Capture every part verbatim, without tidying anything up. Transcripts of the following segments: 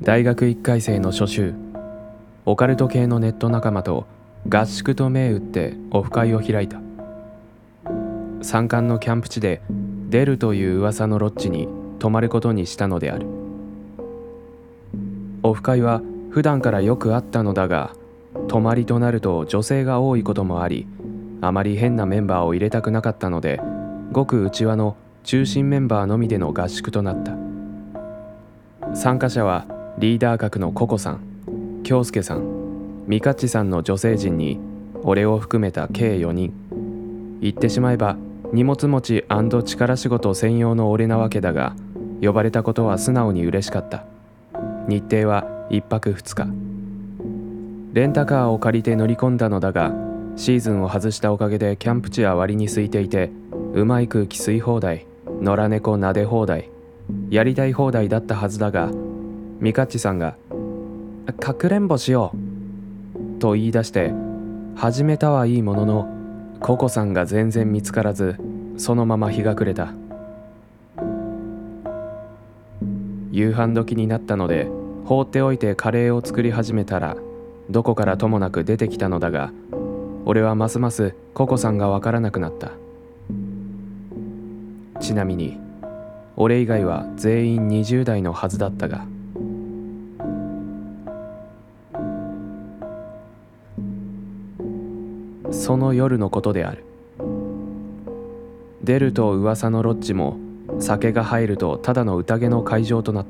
大学いっかい生の初秋、オカルト系のネット仲間と合宿と銘打ってオフ会を開いた。山間のキャンプ地で出るという噂のロッジに泊まることにしたのである。オフ会は普段からよくあったのだが、泊まりとなると女性が多いこともあり、あまり変なメンバーを入れたくなかったので、ごく内輪の中心メンバーのみでの合宿となった。参加者はリーダー格のココさん、京介さん、ミカッチさんの女性陣に俺を含めた計よにん。言ってしまえば荷物持ち&力仕事専用の俺なわけだが、呼ばれたことは素直に嬉しかった。日程はいっぱくふつか。レンタカーを借りて乗り込んだのだが、シーズンを外したおかげでキャンプ地は割に空いていて、うまい空気吸い放題、野良猫撫で放題、やりたい放題だったはずだが、ミカッチさんが「かくれんぼしよう」と言い出して始めたはいいものの、ココさんが全然見つからず、そのまま日が暮れた。夕飯時になったので放っておいてカレーを作り始めたら、どこからともなく出てきたのだが、俺はますますココさんがわからなくなった。ちなみに俺以外は全員にじゅう代のはずだったが、その夜のことである。出ると噂のロッジも酒が入るとただの宴の会場となった。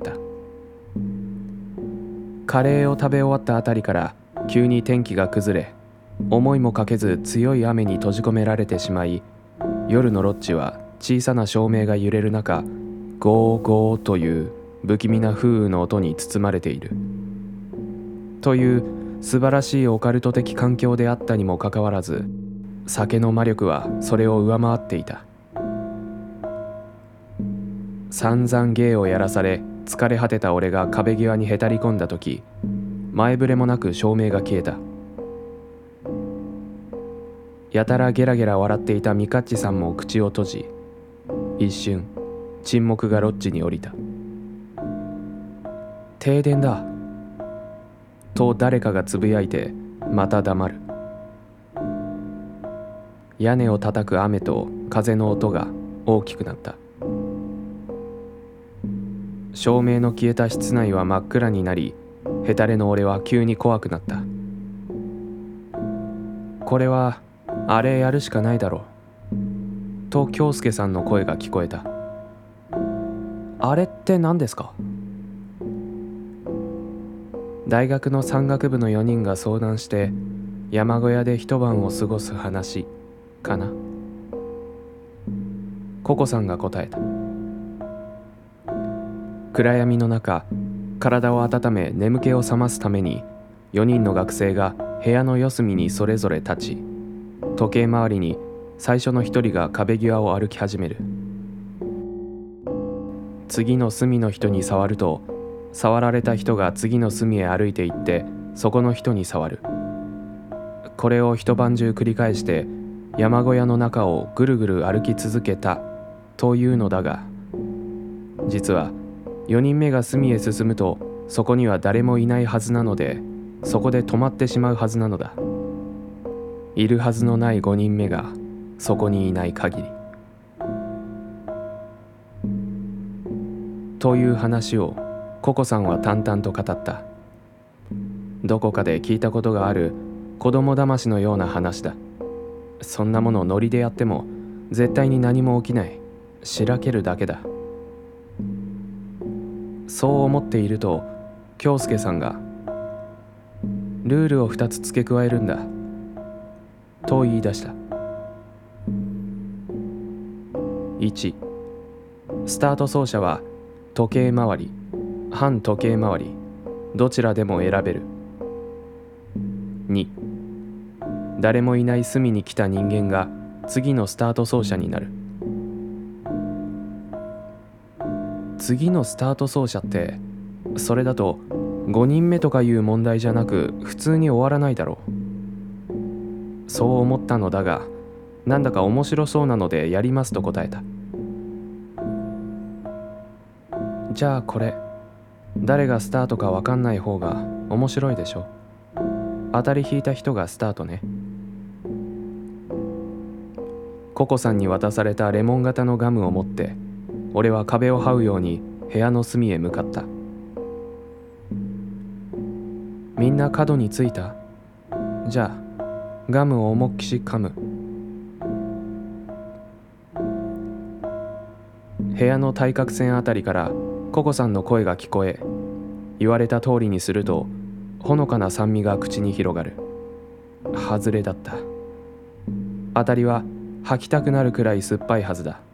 カレーを食べ終わったあたりから急に天気が崩れ、思いもかけず強い雨に閉じ込められてしまい、夜のロッジは小さな照明が揺れる中、ゴーゴーという不気味な風雨の音に包まれている。という素晴らしいオカルト的環境であったにもかかわらず、酒の魔力はそれを上回っていた。散々芸をやらされ疲れ果てた俺が壁際にへたり込んだ時、前触れもなく照明が消えた。やたらゲラゲラ笑っていたミカッチさんも口を閉じ、一瞬沈黙がロッジに降りた。停電だと誰かがつぶやいて、また黙る。屋根を叩く雨と風の音が大きくなった。照明の消えた室内は真っ暗になり、ヘタレの俺は急に怖くなった。これはあれやるしかないだろうと京介さんの声が聞こえた。あれって何ですか？大学の山岳部のよにんが相談して山小屋で一晩を過ごす話かな。ココさんが答えた。暗闇の中、体を温め眠気を覚ますためによにんの学生が部屋の四隅にそれぞれ立ち、時計回りに最初の一人が壁際を歩き始める。次の隅の人に触ると、触られた人が次の隅へ歩いていってそこの人に触る。これを一晩中繰り返して山小屋の中をぐるぐる歩き続けたというのだが、実はよにんめが隅へ進むとそこには誰もいないはずなので、そこで止まってしまうはずなのだ。いるはずのないごにんめがそこにいない限り。という話をココさんは淡々と語った。どこかで聞いたことがある子供騙しのような話だ。そんなものノリでやっても絶対に何も起きない。しらけるだけだ。そう思っていると京介さんがルールをふたつ付け加えるんだと言い出した。いち、スタート走者は時計回り、反時計回り、どちらでも選べる。に、誰もいない隅に来た人間が次のスタート走者になる。次のスタート走者って、それだとごにんめとかいう問題じゃなく普通に終わらないだろう。そう思ったのだが、なんだか面白そうなのでやりますと答えた。じゃあこれ誰がスタートか分かんない方が面白いでしょ。当たり引いた人がスタートね。ココさんに渡されたレモン型のガムを持って俺は壁を這うように部屋の隅へ向かった。みんな角についた？じゃあガムを思いっきし噛む。部屋の対角線あたりからココさんの声が聞こえ、言われた通りにするとほのかな酸味が口に広がる。外れだった。当たりは吐きたくなるくらい酸っぱいはずだ。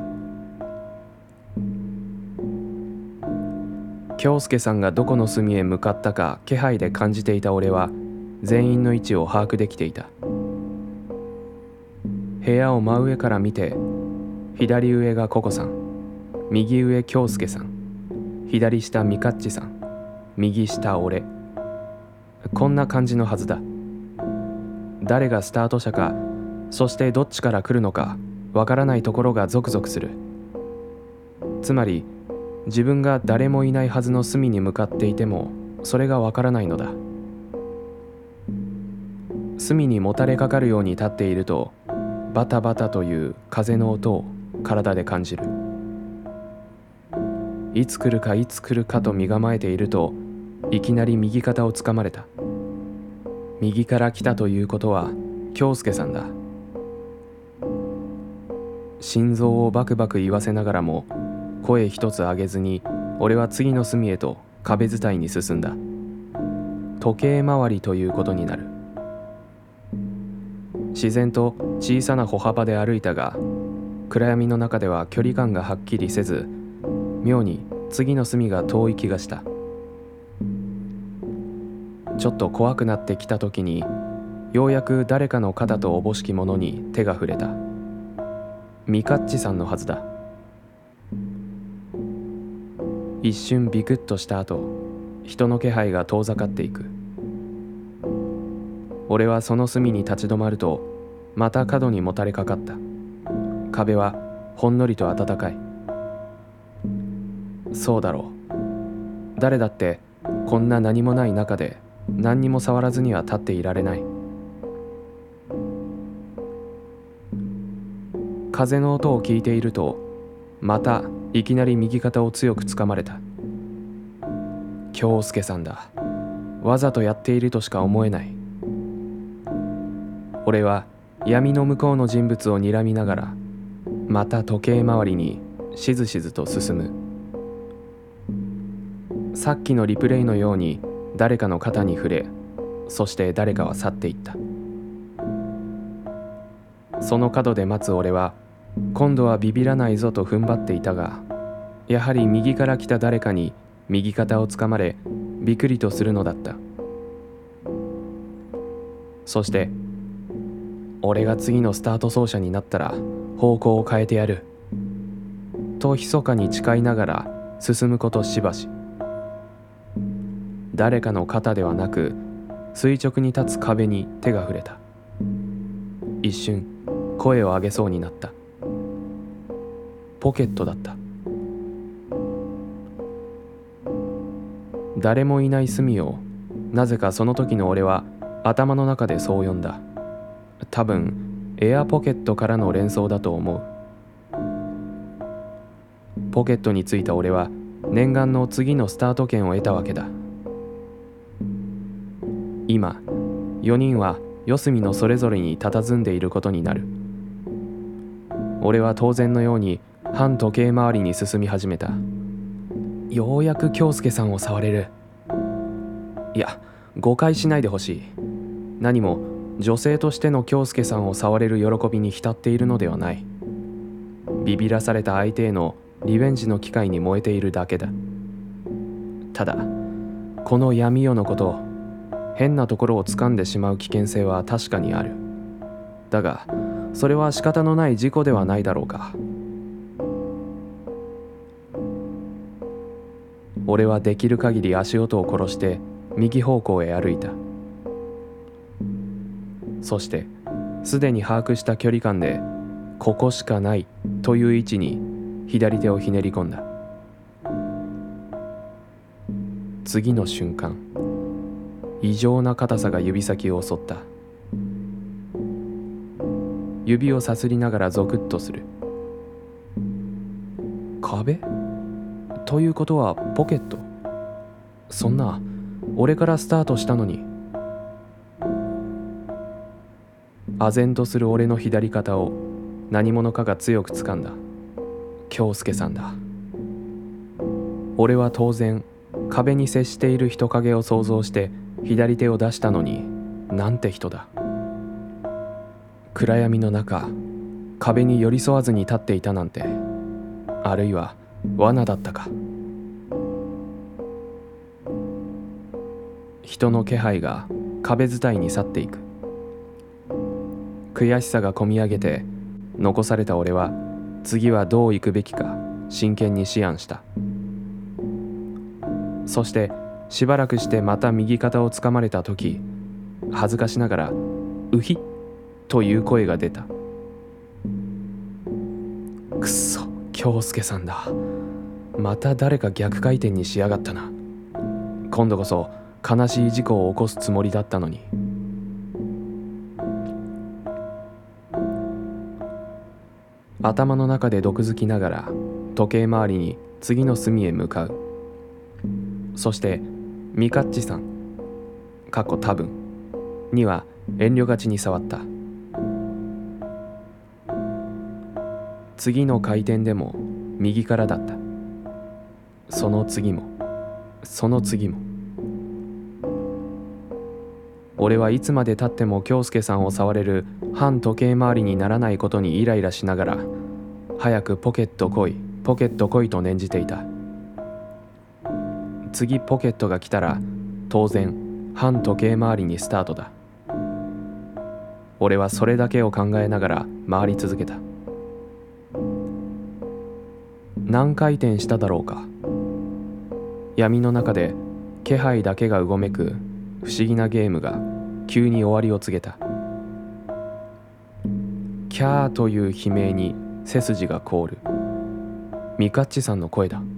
京介さんがどこの隅へ向かったか気配で感じていた俺は全員の位置を把握できていた。部屋を真上から見て、左上がココさん、右上京介さん、左下ミカッチさん、右下俺。こんな感じのはずだ。誰がスタート者か、そしてどっちから来るのかわからないところがゾクゾクする。つまり自分が誰もいないはずの隅に向かっていてもそれがわからないのだ。隅にもたれかかるように立っているとバタバタという風の音を体で感じる。いつ来るかいつ来るかと身構えているといきなり右肩をつかまれた。右から来たということは京介さんだ。心臓をバクバク言わせながらも声一つ上げずに俺は次の隅へと壁伝いに進んだ。時計回りということになる。自然と小さな歩幅で歩いたが暗闇の中では距離感がはっきりせず妙に次の隅が遠い気がした。ちょっと怖くなってきた時にようやく誰かの肩とおぼしきものに手が触れた。ミカッチさんのはずだ。一瞬ビクッとした後、人の気配が遠ざかっていく。俺はその隅に立ち止まるとまた角にもたれかかった。壁はほんのりと暖かい。そうだろう。誰だってこんな何もない中で何にも触らずには立っていられない。風の音を聞いているとまたいきなり右肩を強くつかまれた。京介さんだ。わざとやっているとしか思えない。俺は闇の向こうの人物を睨みながらまた時計回りにしずしずと進む。さっきのリプレイのように誰かの肩に触れ、そして誰かは去っていった。その角で待つ俺は今度はビビらないぞと踏ん張っていたが、やはり右から来た誰かに右肩をつかまれビクリとするのだった。そして俺が次のスタート走者になったら方向を変えてやると密かに誓いながら進むことしばし。誰かの肩ではなく垂直に立つ壁に手が触れた。一瞬声を上げそうになった。ポケットだった。誰もいない隅をなぜかその時の俺は頭の中でそう呼んだ。多分エアポケットからの連想だと思う。ポケットについた俺は念願の次のスタート権を得たわけだ。今よにんは四隅のそれぞれに佇んでいることになる。俺は当然のように反時計回りに進み始めた。ようやく京介さんを触れる。いや、誤解しないでほしい。何も女性としての京介さんを触れる喜びに浸っているのではない。ビビらされた相手へのリベンジの機会に燃えているだけだ。ただこの闇夜のこと、変なところを掴んでしまう危険性は確かにある。だがそれは仕方のない事故ではないだろうか。俺はできる限り足音を殺して右方向へ歩いた。そしてすでに把握した距離感でここしかないという位置に左手をひねり込んだ。 次の瞬間、異常な硬さが指先を襲った。指をさすりながらゾクッとする。壁ということはポケット。そんな、俺からスタートしたのに。唖然とする俺の左肩を何者かが強く掴んだ。京介さんだ。俺は当然壁に接している人影を想像して左手を出したのに、なんて人だ。暗闇の中、壁に寄り添わずに立っていたなんて、あるいは罠だったか。人の気配が壁伝いに去っていく。悔しさがこみ上げて残された俺は、次はどう行くべきか真剣に思案した。そしてしばらくしてまた右肩をつかまれた時、恥ずかしながらうひっという声が出た。くっそ、京介さんだ。また誰か逆回転にしやがったな。今度こそ悲しい事故を起こすつもりだったのに。頭の中で毒づきながら時計回りに次の隅へ向かう。そしてミカッチさんかっこ多分には遠慮がちに触った。次の回転でも右からだった。その次もその次も。俺はいつまでたっても京介さんを触れる反時計回りにならないことにイライラしながら、早くポケット来いポケット来いと念じていた。次ポケットが来たら当然反時計回りにスタートだ。俺はそれだけを考えながら回り続けた。何回転しただろうか。闇の中で気配だけがうごめく不思議なゲームが急に終わりを告げた。キャーという悲鳴に背筋が凍る。ミカッチさんの声だ。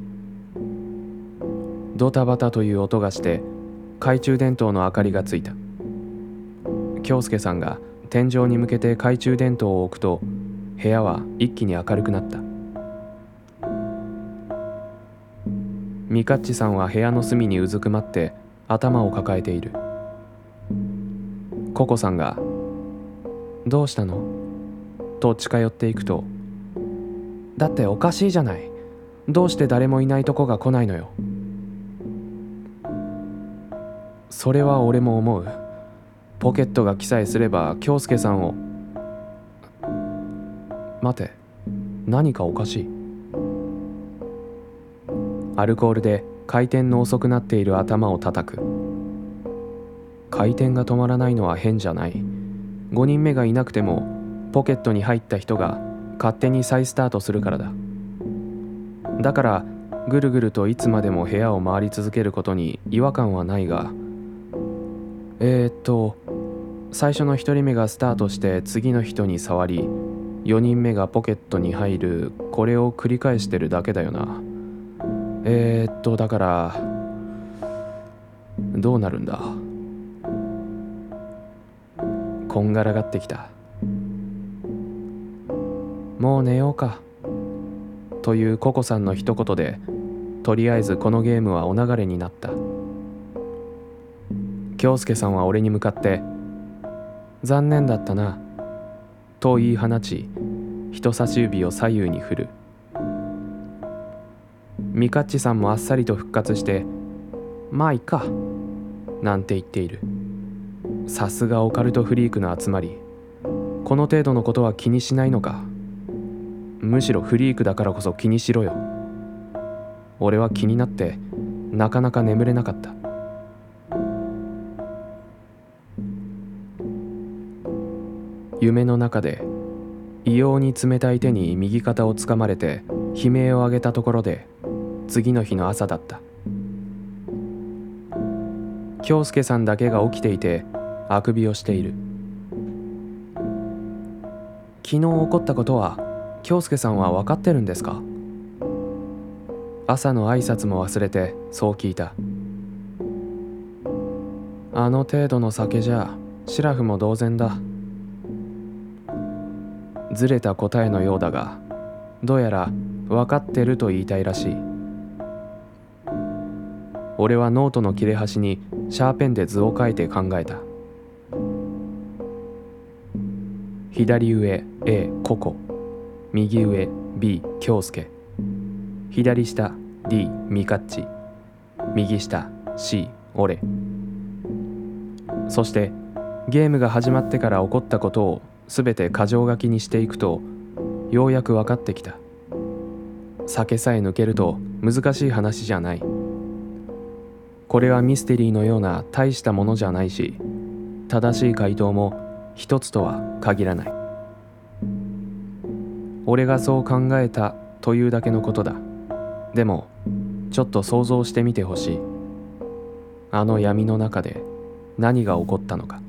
ドタバタという音がして懐中電灯の明かりがついた。京介さんが天井に向けて懐中電灯を置くと、部屋は一気に明るくなった。ミカッチさんは部屋の隅にうずくまって頭を抱えている。ココさんが「どうしたの?」と近寄っていくと、だっておかしいじゃない。どうして誰もいないとこが来ないのよ。それは俺も思う。ポケットが来さえすれば京介さんを。待て、何かおかしい。アルコールで回転の遅くなっている頭を叩く。回転が止まらないのは変じゃない。ごにんめがいなくてもポケットに入った人が勝手に再スタートするからだ。だからぐるぐるといつまでも部屋を回り続けることに違和感はないが、えーっと最初のひとりめがスタートして次の人に触り、よにんめがポケットに入る、これを繰り返してるだけだよな。えーっとだからどうなるんだ。こんがらがってきた。もう寝ようかというココさんの一言で、とりあえずこのゲームはお流れになった。京介さんは俺に向かって「残念だったな」と言い放ち、人差し指を左右に振る。ミカッチさんもあっさりと復活して「まあいっか」なんて言っている。さすがオカルトフリークの集まり。この程度のことは気にしないのか。むしろフリークだからこそ気にしろよ。俺は気になってなかなか眠れなかった。夢の中で異様に冷たい手に右肩をつかまれて悲鳴を上げたところで、次の日の朝だった。京介さんだけが起きていてあくびをしている。昨日起こったことは京介さんは分かってるんですか？朝の挨拶も忘れてそう聞いた。 あの程度の酒じゃシラフも同然だ。ずれた答えのようだが、どうやら分かってると言いたいらしい。俺はノートの切れ端にシャーペンで図を書いて考えた。左上 A ココ、右上 B 京介、左下 D ミカッチ、右下 C 俺。そしてゲームが始まってから起こったことをすべて箇条書きにしていくと、ようやく分かってきた。酒さえ抜けると難しい話じゃない。これはミステリーのような大したものじゃないし、正しい回答も一つとは限らない。俺がそう考えたというだけのことだ。でもちょっと想像してみてほしい。あの闇の中で何が起こったのか。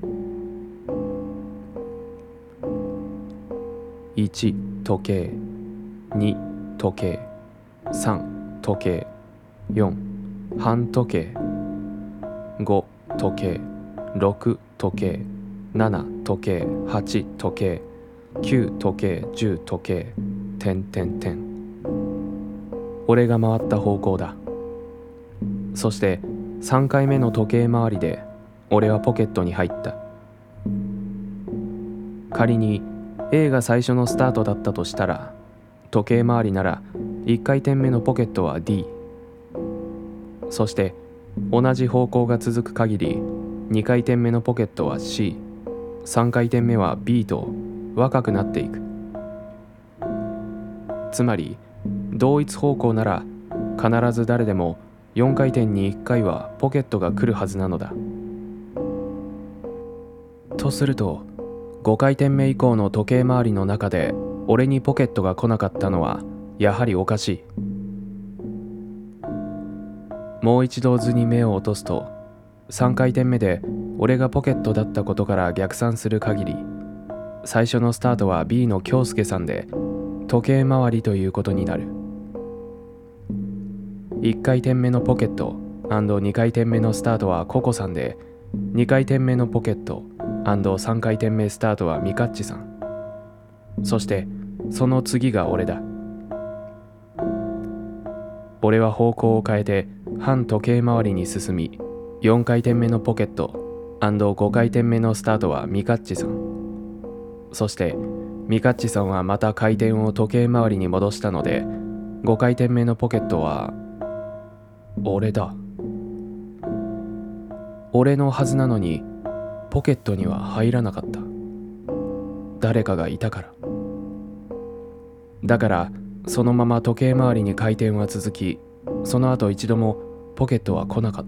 いち時計、に時計、さん時計、よん半時計、ご時計、ろく時計、なな時計、はち時計、きゅう時計、じゅう時計、点点点。俺が回った方向だ。そしてさんかいめの時計回りで俺はポケットに入った。仮に A が最初のスタートだったとしたら、時計回りならいっかいてんめのポケットは D、 そして同じ方向が続く限りにかいてんめのポケットは C、 さんかいてんめは B と若くなっていく。つまり同一方向なら必ず誰でもよんかいてんにいっかいはポケットが来るはずなのだ。とするとごかいてんめ以降の時計回りの中で俺にポケットが来なかったのはやはりおかしい。もう一度図に目を落とすと、さんかいてんめで俺がポケットだったことから逆算する限り、最初のスタートは B の京介さんで時計回りということになる。いっかいてんめのポケット にかいてんめのスタートはココさんで、にかいてんめのポケット さんかいてんめスタートはミカッチさん。そしてその次が俺だ。俺は方向を変えて反時計回りに進み、よんかいてんめのポケット ごかいてんめのスタートはミカッチさん。そしてミカッチさんはまた回転を時計回りに戻したので、ごかいてんめのポケットは俺だ。俺のはずなのにポケットには入らなかった。誰かがいたから。だからそのまま時計回りに回転は続き、その後一度もポケットは来なかった。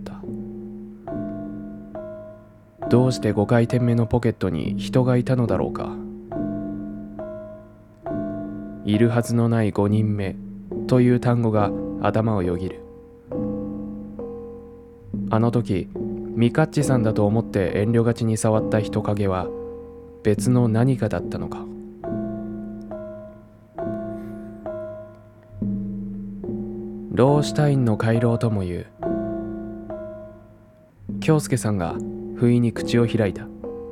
どうしてごかいてんめのポケットに人がいたのだろうか。いるはずのないごにんめという単語が頭をよぎる。あの時ミカッチさんだと思って遠慮がちに触った人影は別の何かだったのか。ローシュタインの回廊とも言う。京介さんが不意に口を開いた。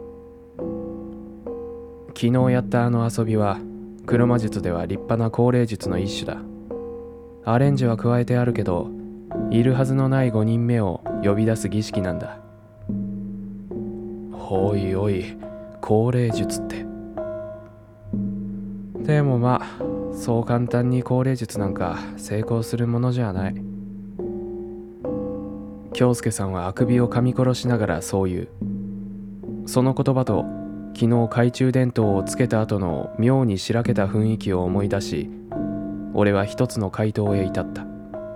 昨日やったあの遊びは黒魔術では立派な降霊術の一種だ。アレンジは加えてあるけど、いるはずのないごにんめを呼び出す儀式なんだ。おいおい、降霊術って。でもまあ、そう簡単に降霊術なんか成功するものじゃない。京介さんはあくびを噛み殺しながらそう言う。その言葉と昨日懐中電灯をつけた後の妙にしらけた雰囲気を思い出し、俺は一つの回答へ至った。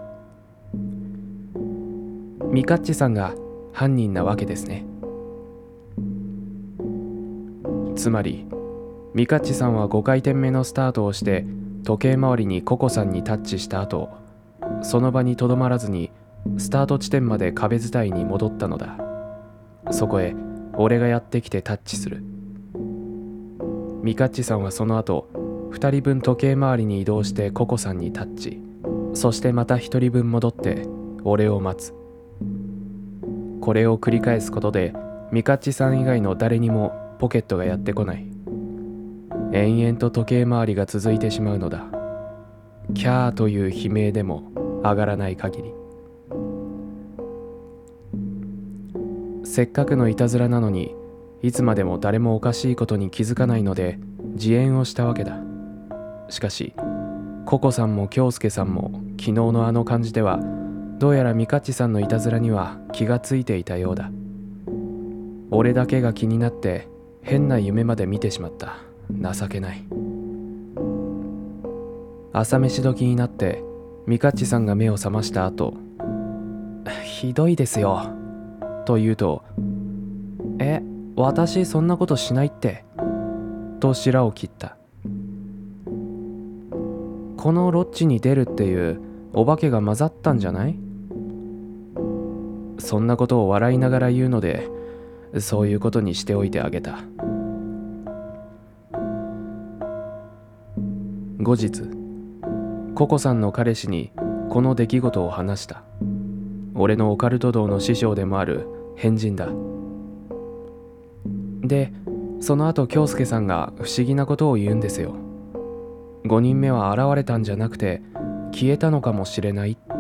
ミカッチさんが犯人なわけですね。つまりミカッチさんはごかいてんめのスタートをして時計回りにココさんにタッチした後、その場にとどまらずにスタート地点まで壁伝いに戻ったのだ。そこへ俺がやってきてタッチする。ミカッチさんはその後ふたりぶん時計回りに移動してココさんにタッチ、そしてまたひとりぶん戻って俺を待つ。これを繰り返すことでミカッチさん以外の誰にもポケットがやってこない。延々と時計回りが続いてしまうのだ。キャーという悲鳴でも上がらない限り。せっかくのいたずらなのに、いつまでも誰もおかしいことに気づかないので自演をしたわけだ。しかしココさんも京介さんも昨日のあの感じでは、どうやらミカッチさんのいたずらには気がついていたようだ。俺だけが気になって変な夢まで見てしまった。情けない。朝飯時になってミカッチさんが目を覚ました後、ひどいですよと言うと、え、私そんなことしないってと白を切った。このロッジに出るっていうお化けが混ざったんじゃない？そんなことを笑いながら言うので、そういうことにしておいてあげた。後日、ココさんの彼氏にこの出来事を話した。俺のオカルト道の師匠でもある変人だ。で、その後京介さんが不思議なことを言うんですよ。ごにんめは現れたんじゃなくて消えたのかもしれないって。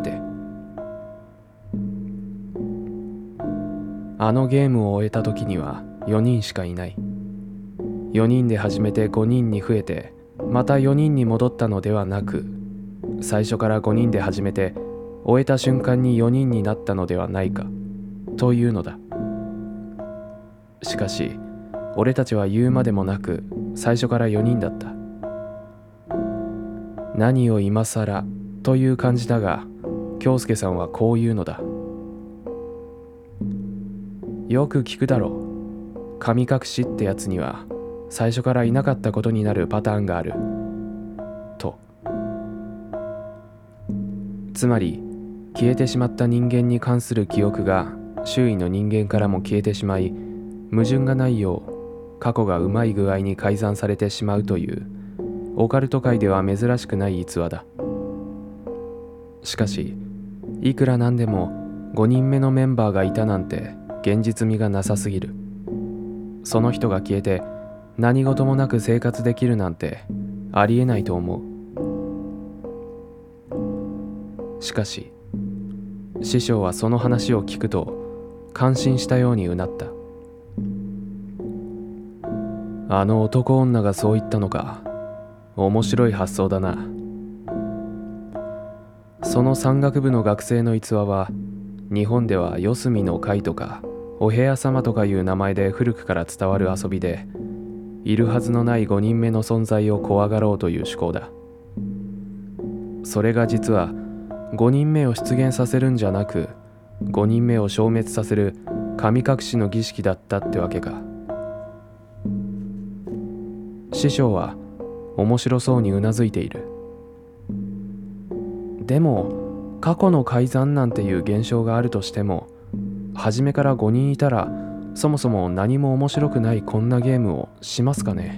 あのゲームを終えた時にはよにんしかいない。よにんで始めてごにんに増えてまたよにんに戻ったのではなく、最初からごにんで始めて終えた瞬間によにんになったのではないかというのだ。しかし俺たちは言うまでもなく最初からよにんだった。何を今更という感じだが、京介さんはこう言うのだ。よく聞くだろう。神隠しってやつには最初からいなかったことになるパターンがあると。つまり消えてしまった人間に関する記憶が周囲の人間からも消えてしまい、矛盾がないよう過去がうまい具合に改ざんされてしまうというオカルト界では珍しくない逸話だ。しかしいくらなんでもごにんめのメンバーがいたなんて現実味がなさすぎる。その人が消えて何事もなく生活できるなんてありえないと思う。しかし師匠はその話を聞くと感心したようにうなった。あの男女がそう言ったのか。面白い発想だな。その山岳部の学生の逸話は日本では四隅の会とかお部屋様とかいう名前で古くから伝わる遊びで、いるはずのないごにんめの存在を怖がろうという趣向だ。それが実はごにんめを出現させるんじゃなく、ごにんめを消滅させる神隠しの儀式だったってわけか。師匠は面白そうにうなずいている。でも過去の改ざんなんていう現象があるとしても、初めからごにんいたらそもそも何も面白くないこんなゲームをしますかね。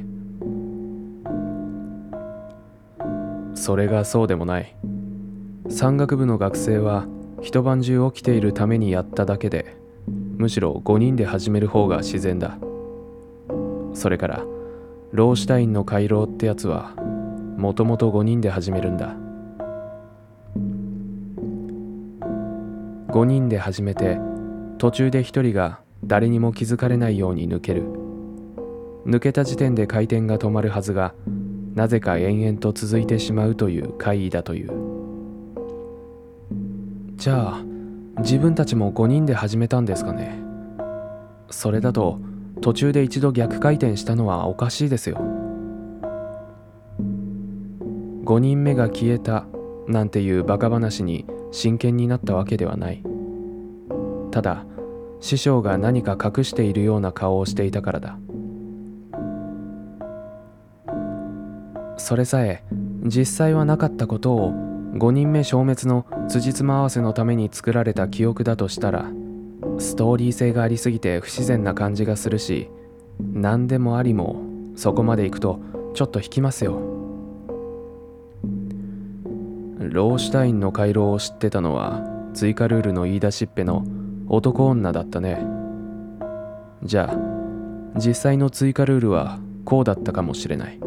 それがそうでもない。山岳部の学生は一晩中起きているためにやっただけで、むしろごにんで始める方が自然だ。それからローシュタインの回廊ってやつはもともとごにんで始めるんだ。ごにんで始めて途中でひとりが誰にも気づかれないように抜ける。抜けた時点で回転が止まるはずが、なぜか延々と続いてしまうという怪異だという。じゃあ自分たちもごにんで始めたんですかね。それだと途中で一度逆回転したのはおかしいですよ。ごにんめが消えたなんていうバカ話に真剣になったわけではない。ただ師匠が何か隠しているような顔をしていたからだ。それさえ実際はなかったことをごにんめ消滅の辻褄合わせのために作られた記憶だとしたら、ストーリー性がありすぎて不自然な感じがするし、何でもありもそこまで行くとちょっと引きますよ。ローシュタインの回廊を知ってたのは追加ルールの言い出しっぺの男女だったね。 じゃあ実際の追加ルールはこうだったかもしれない。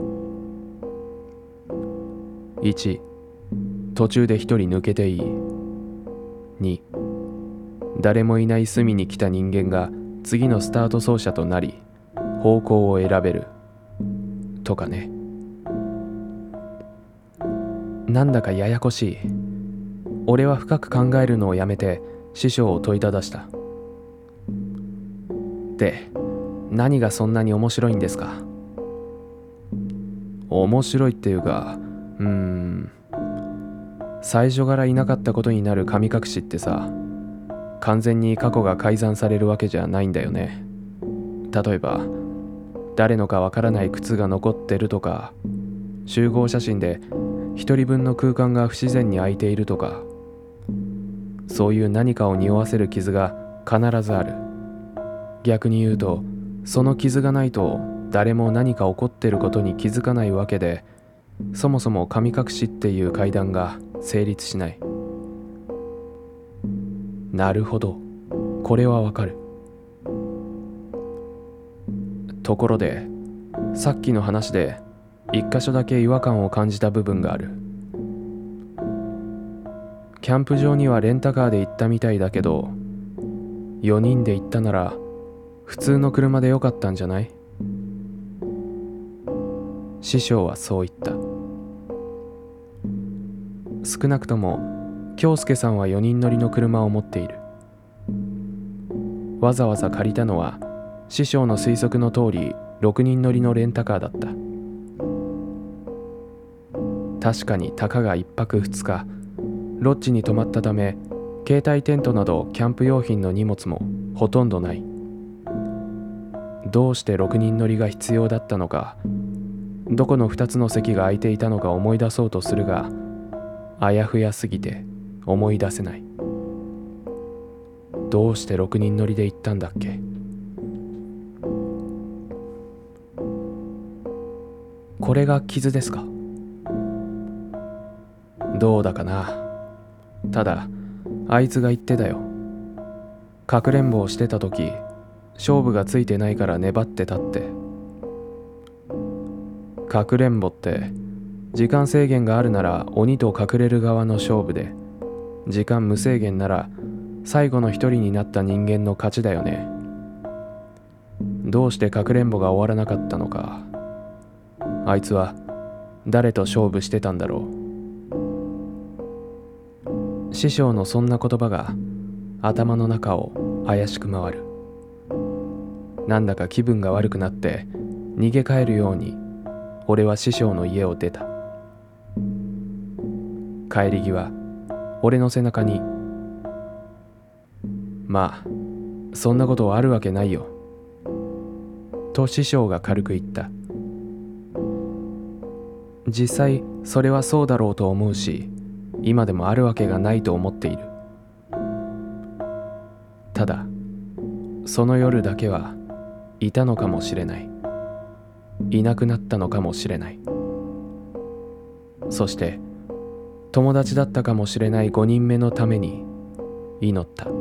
いち、途中で一人抜けていい。に、誰もいない隅に来た人間が次のスタート走者となり方向を選べるとかね。なんだかややこしい。俺は深く考えるのをやめて師匠を問いただした。で、何がそんなに面白いんですか？面白いっていうか、うーん最初からいなかったことになる神隠しってさ、完全に過去が改ざんされるわけじゃないんだよね。例えば誰のかわからない靴が残ってるとか、集合写真で一人分の空間が不自然に空いているとか、そういう何かを匂わせる傷が必ずある。逆に言うと、その傷がないと誰も何か起こってることに気づかないわけで、そもそも神隠しっていう階段が成立しない。なるほど、これはわかる。ところで、さっきの話で一箇所だけ違和感を感じた部分がある。キャンプ場にはレンタカーで行ったみたいだけど、よにんで行ったなら普通の車でよかったんじゃない？師匠はそう言った。少なくとも京介さんはよにん乗りの車を持っている。わざわざ借りたのは師匠の推測の通りろくにん乗りのレンタカーだった。確かにたかがいっぱくふつかロッジに泊まったため、携帯テントなどキャンプ用品の荷物もほとんどない。どうしてろくにん乗りが必要だったのか、どこのふたつの席が空いていたのか思い出そうとするが、あやふやすぎて思い出せない。どうしてろくにん乗りで行ったんだっけ？これが傷ですか？どうだかな。ただあいつが言ってたよ。かくれんぼをしてた時、勝負がついてないから粘ってたって。かくれんぼって時間制限があるなら鬼と隠れる側の勝負で、時間無制限なら最後の一人になった人間の勝ちだよね。どうしてかくれんぼが終わらなかったのか。あいつは誰と勝負してたんだろう。師匠のそんな言葉が頭の中を怪しく回る。なんだか気分が悪くなって逃げ帰るように俺は師匠の家を出た。帰り際、俺の背中に「まあそんなことあるわけないよ」と師匠が軽く言った。実際それはそうだろうと思うし、今でもあるわけがないと思っている。ただその夜だけはいたのかもしれない。いなくなったのかもしれない。そして友達だったかもしれないごにんめのために祈った。